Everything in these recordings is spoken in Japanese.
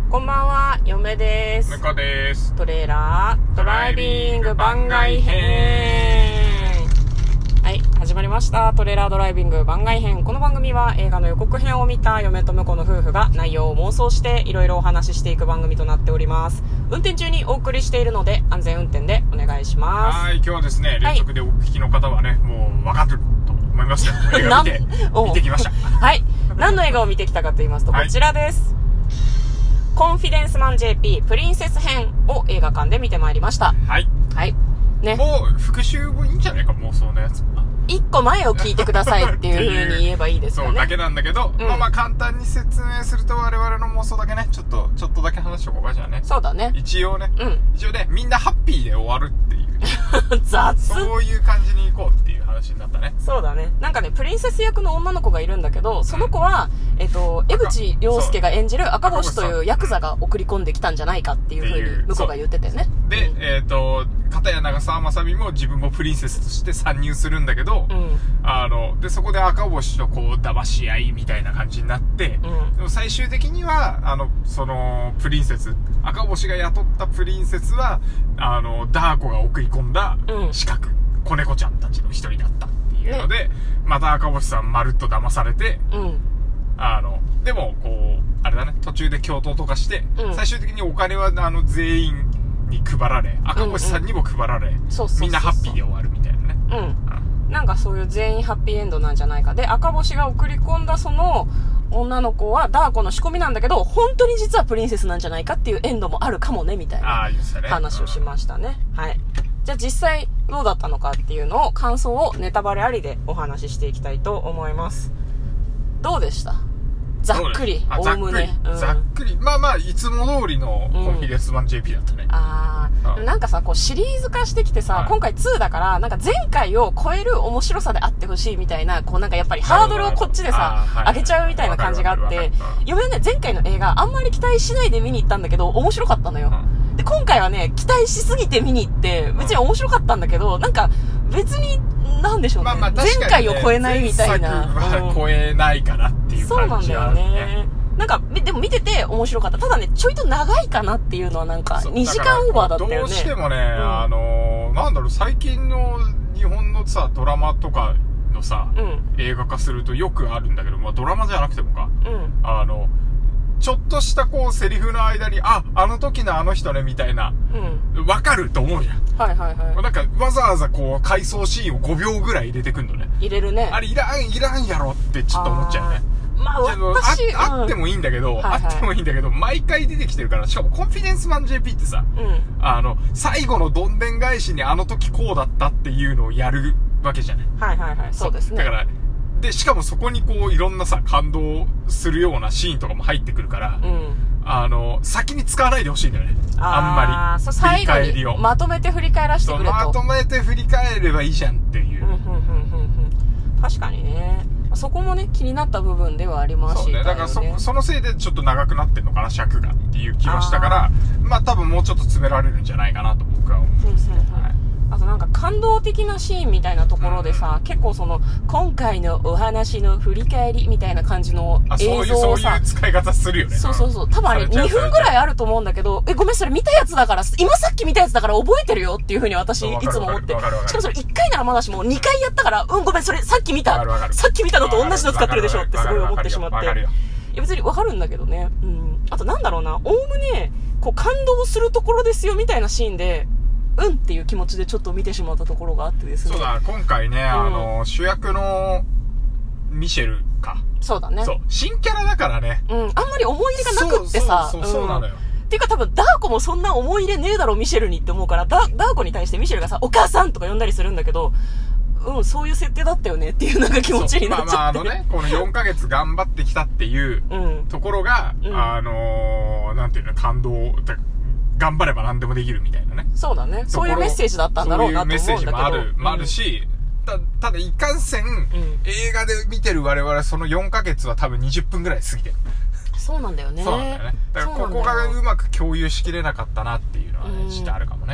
こんばんは、嫁です。 向こうです。 トレーラードライビング番外編。はい、始まりました。トレーラードライビング番外編。この番組は映画の予告編を見た嫁と婿の夫婦が内容を妄想していろいろお話ししていく番組となっております。運転中にお送りしているので安全運転でお願いします。 はい、今日はですね、連続でお聞きの方はね、もう分かると思いますよ。映画見てきました。 はい、何の映画を見てきたかと言いますと、こちらです。コンフィデンスマン JP プリンセス編を映画館で見てまいりました。 はい。 はい。ね。 もう復習もいいんじゃないか、妄想のやつ。 一個前を聞いてくださいっていう風に言えばいいですかね。 そうだけなんだけど、まあ簡単に説明すると我々の妄想だけね、ちょっとだけ話しとこうかじゃあね。 そうだね。 一応ね、みんなハッピーで終わるっていう。 雑。 そういう感じに行こうっていう話になったね。 そうだね。なんかね、プリンセス役の女の子がいるんだけど、その子は、江口洋介が演じる赤星というヤクザが送り込んできたんじゃないかっていう風に向こうが言っててね。 で、片や長澤まさみも自分もプリンセスとして参入するんだけど、で、そこで赤星とこう騙し合いみたいな感じになって、でも最終的には、そのプリンセス、赤星が雇ったプリンセスは、ダー子が送り込んだ資格、子猫ちゃんたちの一人だったっていうので、また赤星さんまるっと騙されて、でもこう、あれだね、途中で共闘とかして、最終的にお金は全員に配られ、赤星さんにも配られ、みんなハッピーで終わるみたいなね。なんかそういう全員ハッピーエンドなんじゃないか。で、赤星が送り込んだその女の子はダー子の仕込みなんだけど、本当に実はプリンセスなんじゃないかっていうエンドもあるかもね、みたいな話をしましたね。はい。じゃあ実際どうだったのかっていうのを、感想をネタバレありでお話ししていきたいと思います。どうでした？ざっくり、おおむね。 ざっくり。まあ、いつも通りのコンフィデンスマン JP だったね。 なんかさ、こうシリーズ化してきてさ、今回2だから、なんか前回を超える面白さであってほしいみたいな、こうなんかやっぱりハードルをこっちでさ、上げちゃうみたいな感じがあって、嫁はね、前回の映画あんまり期待しないで見に行ったんだけど、面白かったのよ。で、今回はね、期待しすぎて見に行って、別に面白かったんだけど、なんか、別に、なんでしょうね。前回を超えないみたいな。 前作は超えないかなっていう感じはあるね。そうなんだよね。なんか、でも見てて面白かった。ただね、ちょいと長いかなっていうのはなんか、2時間オーバーだったよね。 どうしてもね、なんだろう、最近の日本のさ、ドラマとかのさ、映画化するとよくあるんだけど、まあドラマじゃなくてもか。ちょっとしたこうセリフの間に、あの時のあの人ねみたいな、わかると思うじゃん。なんかわざわざこう回想シーンを5秒ぐらい入れてくんのね。 入れるね。 あれいらんやろってちょっと思っちゃうね。 まああってもいいんだけど、毎回出てきてるから、しかもコンフィデンスマン JP ってさ、最後のどんでん返しにあの時こうだったっていうのをやるわけじゃない。 そうですね。 だから、で、しかもそこにこういろんなさ、感動するようなシーンとかも入ってくるから、先に使わないでほしいんだよね。あんまり。 最後にまとめて振り返らせてくれと。 まとめて振り返ればいいじゃんっていう。 確かにね。そこもね、気になった部分ではありますし。 そうね。だからそのせいでちょっと長くなってんのかな、尺がっていう気はしたから、まあ多分もうちょっと詰められるんじゃないかなと僕は思うんですけど。 あとなんか感動的なシーンみたいなところでさ、結構その、今回のお話の振り返りみたいな感じの映像をさ、 そういう使い方するよね。 そう。多分あれ2分ぐらいあると思うんだけど、ごめん、それ見たやつだから、今さっき見たやつだから覚えてるよっていう風に私いつも思って。しかもそれ1回ならまだしも2回やったから、ごめん、それさっき見たのと同じの使ってるでしょってすごい思ってしまって。いや別にわかるんだけどね。あとなんだろうな、おおむね、こう感動するところですよみたいなシーンで、っていう気持ちでちょっと見てしまったところがあってですね。 そうだ、今回ね、主役のミシェルか。 そうだね。 そう。新キャラだからね。 あんまり思い入れがなくってさ。 そうなのよ。 っていうか多分、ダー子もそんな思い入れねえだろ、ミシェルにって思うから、ダー子に対してミシェルがさ、お母さんとか呼んだりするんだけど、そういう設定だったよねっていうなんか気持ちになっちゃって。 この4ヶ月頑張ってきたっていうところが、なんていうの、感動、頑張れば何でもできるみたいなね。 そうだね。そういうメッセージだったんだろうなと思うんだけど。そういうメッセージもあるし、ただいかんせん、映画で見てる我々はその4ヶ月は多分20分ぐらい過ぎてる。 そうなんだよね。 そうなんだよね。だからここがうまく共有しきれなかったなっていうのはね、ちょっとあるかもね。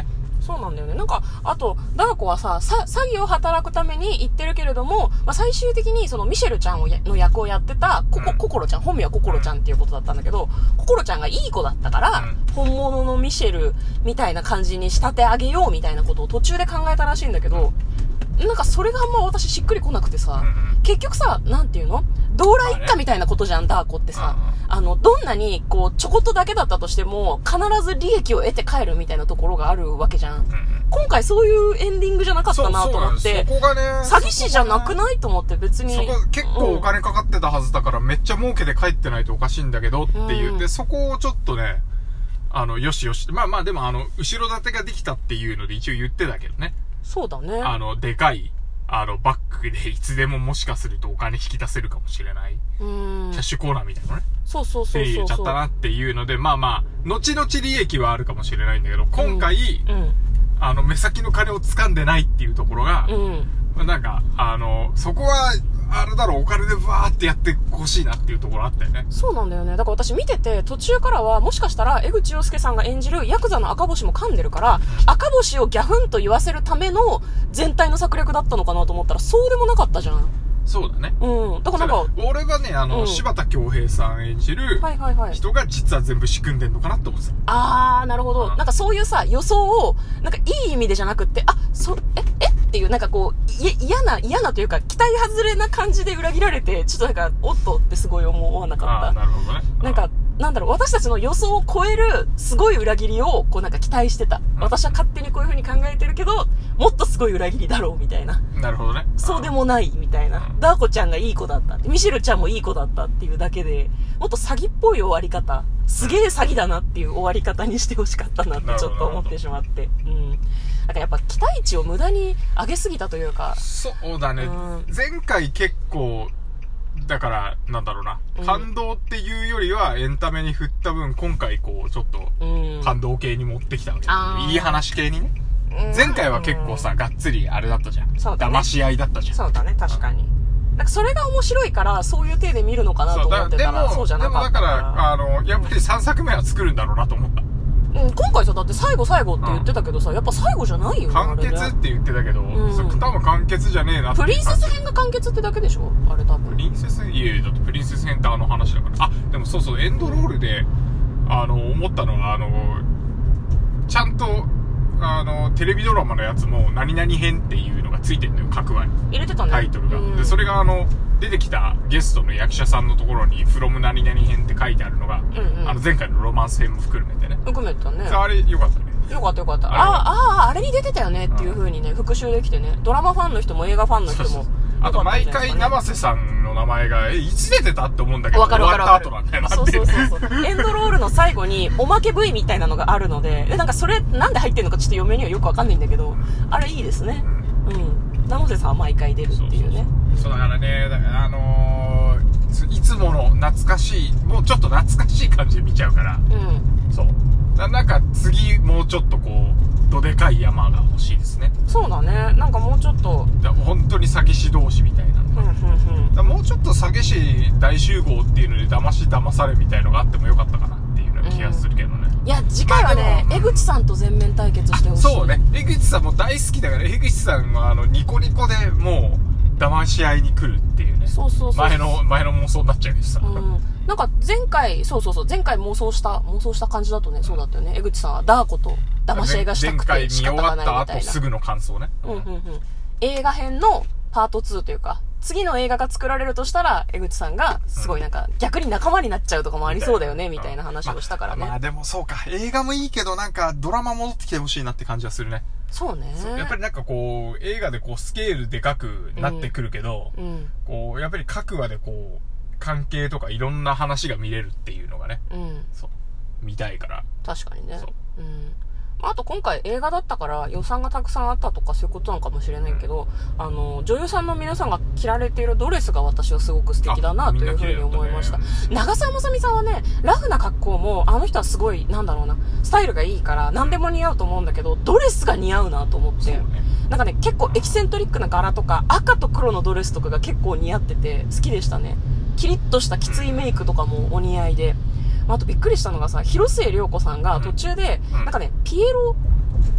そうなんだよね。なんか、あと、ダー子はさ、詐欺を働くために行ってるけれども、まあ、最終的にそのミシェルちゃんの役をやってた、ココロちゃん、本名はココロちゃんっていうことだったんだけど、ココロちゃんがいい子だったから、本物のミシェルみたいな感じに仕立て上げようみたいなことを途中で考えたらしいんだけど、なんかそれがあんま私しっくりこなくてさ、結局さ、なんていうの？ドーラ一家みたいなことじゃん、ダー子ってさ。どんなに、こう、ちょこっとだけだったとしても、必ず利益を得て帰るみたいなところがあるわけじゃん。今回そういうエンディングじゃなかったなと思って、 そこがね、 詐欺師じゃなくないと思って別に。 そこ結構お金かかってたはずだから、めっちゃ儲けて帰ってないとおかしいんだけどっていう。で、そこをちょっとね、よしよし。まあでも後ろ盾ができたっていうので一応言ってたけどね。 そうだね。 でかい、バックでいつでももしかするとお金引き出せるかもしれない。キャッシュコーナーみたいなのね。 そう。 言っちゃったなっていうので、まあ、後々利益はあるかもしれないんだけど、今回、目先の金を掴んでないっていうところが、なんか、そこは、あれだろ、お金でバーってやってほしいなっていうところあったよね。 そうなんだよね。だから私見てて、途中からは、もしかしたら、江口洋介さんが演じるヤクザの赤星も噛んでるから、赤星をギャフンと言わせるための全体の策略だったのかなと思ったら、そうでもなかったじゃん。 そうだね。 だからなんか、 俺はね、柴田恭平さん演じる人が実は全部仕組んでんのかなって思ってた。 なるほど。なんかそういうさ、予想を、なんかいい意味でじゃなくって、っていう、なんかこう、嫌なというか、期待外れな感じで裏切られて、ちょっとなんか、おっとってすごい思わなかった。 なるほどね。 なんか、なんだろう、私たちの予想を超える、すごい裏切りを、こうなんか期待してた。私は勝手にこういう風に考えてるけど、もっとすごい裏切りだろう、みたいな。 なるほどね。 そうでもない、みたいな。ダー子ちゃんがいい子だった。ミシェルちゃんもいい子だったっていうだけで、もっと詐欺っぽい終わり方、すげえ詐欺だなっていう終わり方にしてほしかったなってちょっと思ってしまって。なんかやっぱ期待値を無駄に上げすぎたというか。 そうだね。前回結構、だから、なんだろうな、感動っていうよりはエンタメに振った分、今回こう、ちょっと、感動系に持ってきたわけ。いい話系にね。前回は結構さ、がっつりあれだったじゃん。そうだね。騙し合いだったじゃん。 そうだね、確かに。なんかそれが面白いから、そういう体で見るのかなと思ってたら、そうじゃなかったから。 でもだから、やっぱり3作目は作るんだろうなと思った。 今回さ、だって最後って言ってたけどさ、やっぱ最後じゃないよね。 完結って言ってたけど、多分完結じゃねえなって。 プリンセス編が完結ってだけでしょあれ多分。 プリンセス、いやだってプリンセス編って話だから。でもそう、エンドロールで、思ったのが、ちゃんと、テレビドラマのやつも、何々編っていうのがついてんのよ、各話に。 入れてたね。 タイトルが。で、それが出てきたゲストの役者さんのところに、from 何々編って書いてあるのが、前回のロマンス編も含めてね。 含めたね。 あれ、よかったね。 よかった。あれに出てたよねっていう風にね、復習できてね。ドラマファンの人も映画ファンの人も。 あと、毎回、生瀬さんの名前が、いつ出てたって思うんだけど、終わった後なんだよなって。 そう。エンドロールの最後に、おまけ V みたいなのがあるので、なんかそれ、なんで入ってんのかちょっと嫁にはよくわかんないんだけど、あれいいですね。生瀬さんは毎回出るっていうね。 そうだからね、いつもの懐かしい、もうちょっと懐かしい感じで見ちゃうから、そう。なんか次、もうちょっとこう、どでかい山が欲しいですね。 そうだね。なんかもうちょっと。 本当に詐欺師同士みたいな。もうちょっと詐欺師大集合っていうので騙されみたいのがあってもよかったかなっていう気がするけどね。 いや、次回はね、江口さんと全面対決してほしい。 そうね。江口さんも大好きだから、江口さんはニコニコでもう、騙し合いに来るっていうね。そう。前の妄想になっちゃうけどさ。 なんか前回妄想した感じだとね、そうだったよね。江口さんはダー子と騙し合いがしたくて仕方がないみたいな。前回見終わった後すぐの感想ね。 映画編のパート2というか、次の映画が作られるとしたら、江口さんがすごいなんか逆に仲間になっちゃうとかもありそうだよね、みたいな話をしたからね。 まあでもそうか、映画もいいけどなんかドラマ戻ってきてほしいなって感じはするね。 そうね。 やっぱりなんかこう、映画でこうスケールでかくなってくるけど、こう、やっぱり各話でこう、関係とかいろんな話が見れるっていうのがね、そう、見たいから。 確かにね。あと今回映画だったから予算がたくさんあったとかそういうことなのかもしれないけど、女優さんの皆さんが着られているドレスが私はすごく素敵だなというふうに思いました。長澤まさみさんはね、ラフな格好も、あの人はすごい、なんだろうな、スタイルがいいから何でも似合うと思うんだけど、ドレスが似合うなと思って。なんかね、結構エキセントリックな柄とか、赤と黒のドレスとかが結構似合ってて好きでしたね。キリッとしたきついメイクとかもお似合いで。あとびっくりしたのがさ、広末涼子さんが途中で、なんかね、ピエロ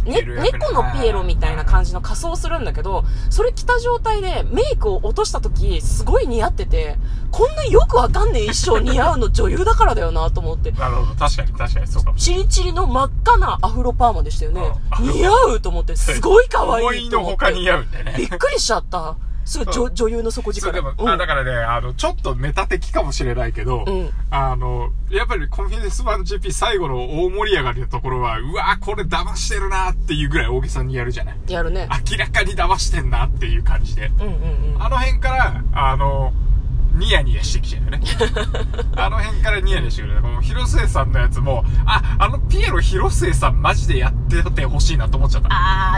猫のピエロみたいな感じの仮装するんだけど、それ着た状態でメイクを落とした時すごい似合ってて、こんなよくわかんねえ衣装似合うの女優だからだよなと思って。 なるほど、確かにそうかもしれない。 チリチリの真っ赤なアフロパーマでしたよね。似合うと思って、すごい可愛いと思って。 思いのほか似合うんだよね。 びっくりしちゃった。すごい女優の底力。 でも、だからね、ちょっとメタ的かもしれないけど、やっぱりコンフィデンスマン GP 最後の大盛り上がりのところは、うわーこれ騙してるなっていうぐらい大げさにやるじゃない。 やるね。 明らかに騙してんなっていう感じで。あの辺から、ニヤニヤしてきちゃうよね。あの辺からニヤニヤしてくる。この広末さんのやつも、ピエロ広末さんマジでやっててほしいなと思っちゃった。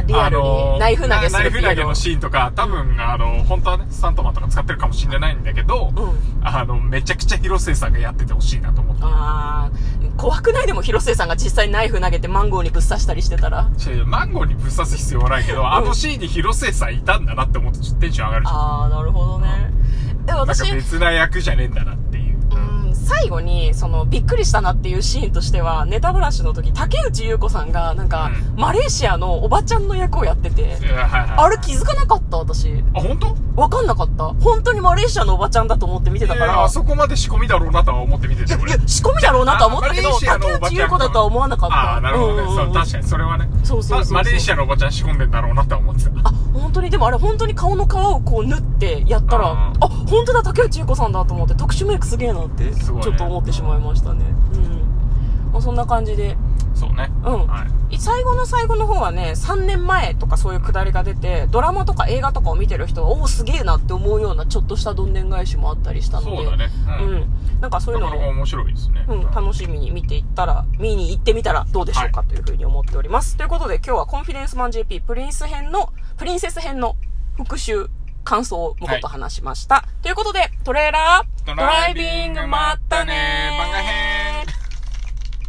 リアルに。ナイフ投げするピエロ。 ナイフ投げのシーンとか、多分、本当はね、スタントマンとか使ってるかもしれないんだけど、めちゃくちゃ広末さんがやっててほしいなと思った。 怖くない？でも広末さんが実際ナイフ投げてマンゴーにぶっ刺したりしてたら。 マンゴーにぶっ刺す必要はないけど、シーンに広末さんいたんだなって思ってちょっとテンション上がるじゃん。 なるほどね。 私なんか別な役じゃねえんだなっていう。 最後に、びっくりしたなっていうシーンとしては、ネタばらしの時、竹内優子さんが、マレーシアのおばちゃんの役をやってて、あれ気づかなかった、私。 本当？ わかんなかった。本当にマレーシアのおばちゃんだと思って見てたから。 あそこまで仕込みだろうなとは思って見てたよ。 いや、仕込みだろうなとは思ったけど、竹内優子だとは思わなかった。 なるほどね。そう、確かにそれはね。そう。マレーシアのおばちゃん仕込んでんだろうなとは思ってた。 本当に、でもあれ本当に顔の皮をこう縫ってやったら、本当だ、竹内優子さんだと思って、特殊メイクすげえなって、ちょっと思ってしまいましたね。そんな感じで。 そうね。 最後の最後の方はね、3年前とかそういうくだりが出て、ドラマとか映画とかを見てる人は、すげえなって思うようなちょっとしたどんでん返しもあったりしたので。 そうだね。 なんかそういうのも面白いですね。 楽しみに見に行ってみたらどうでしょうかというふうに思っております。ということで今日はコンフィデンスマン JP プリンセス編の復習感想をもこと話しました。ということで、トレーラードライビングまったねー。 番外編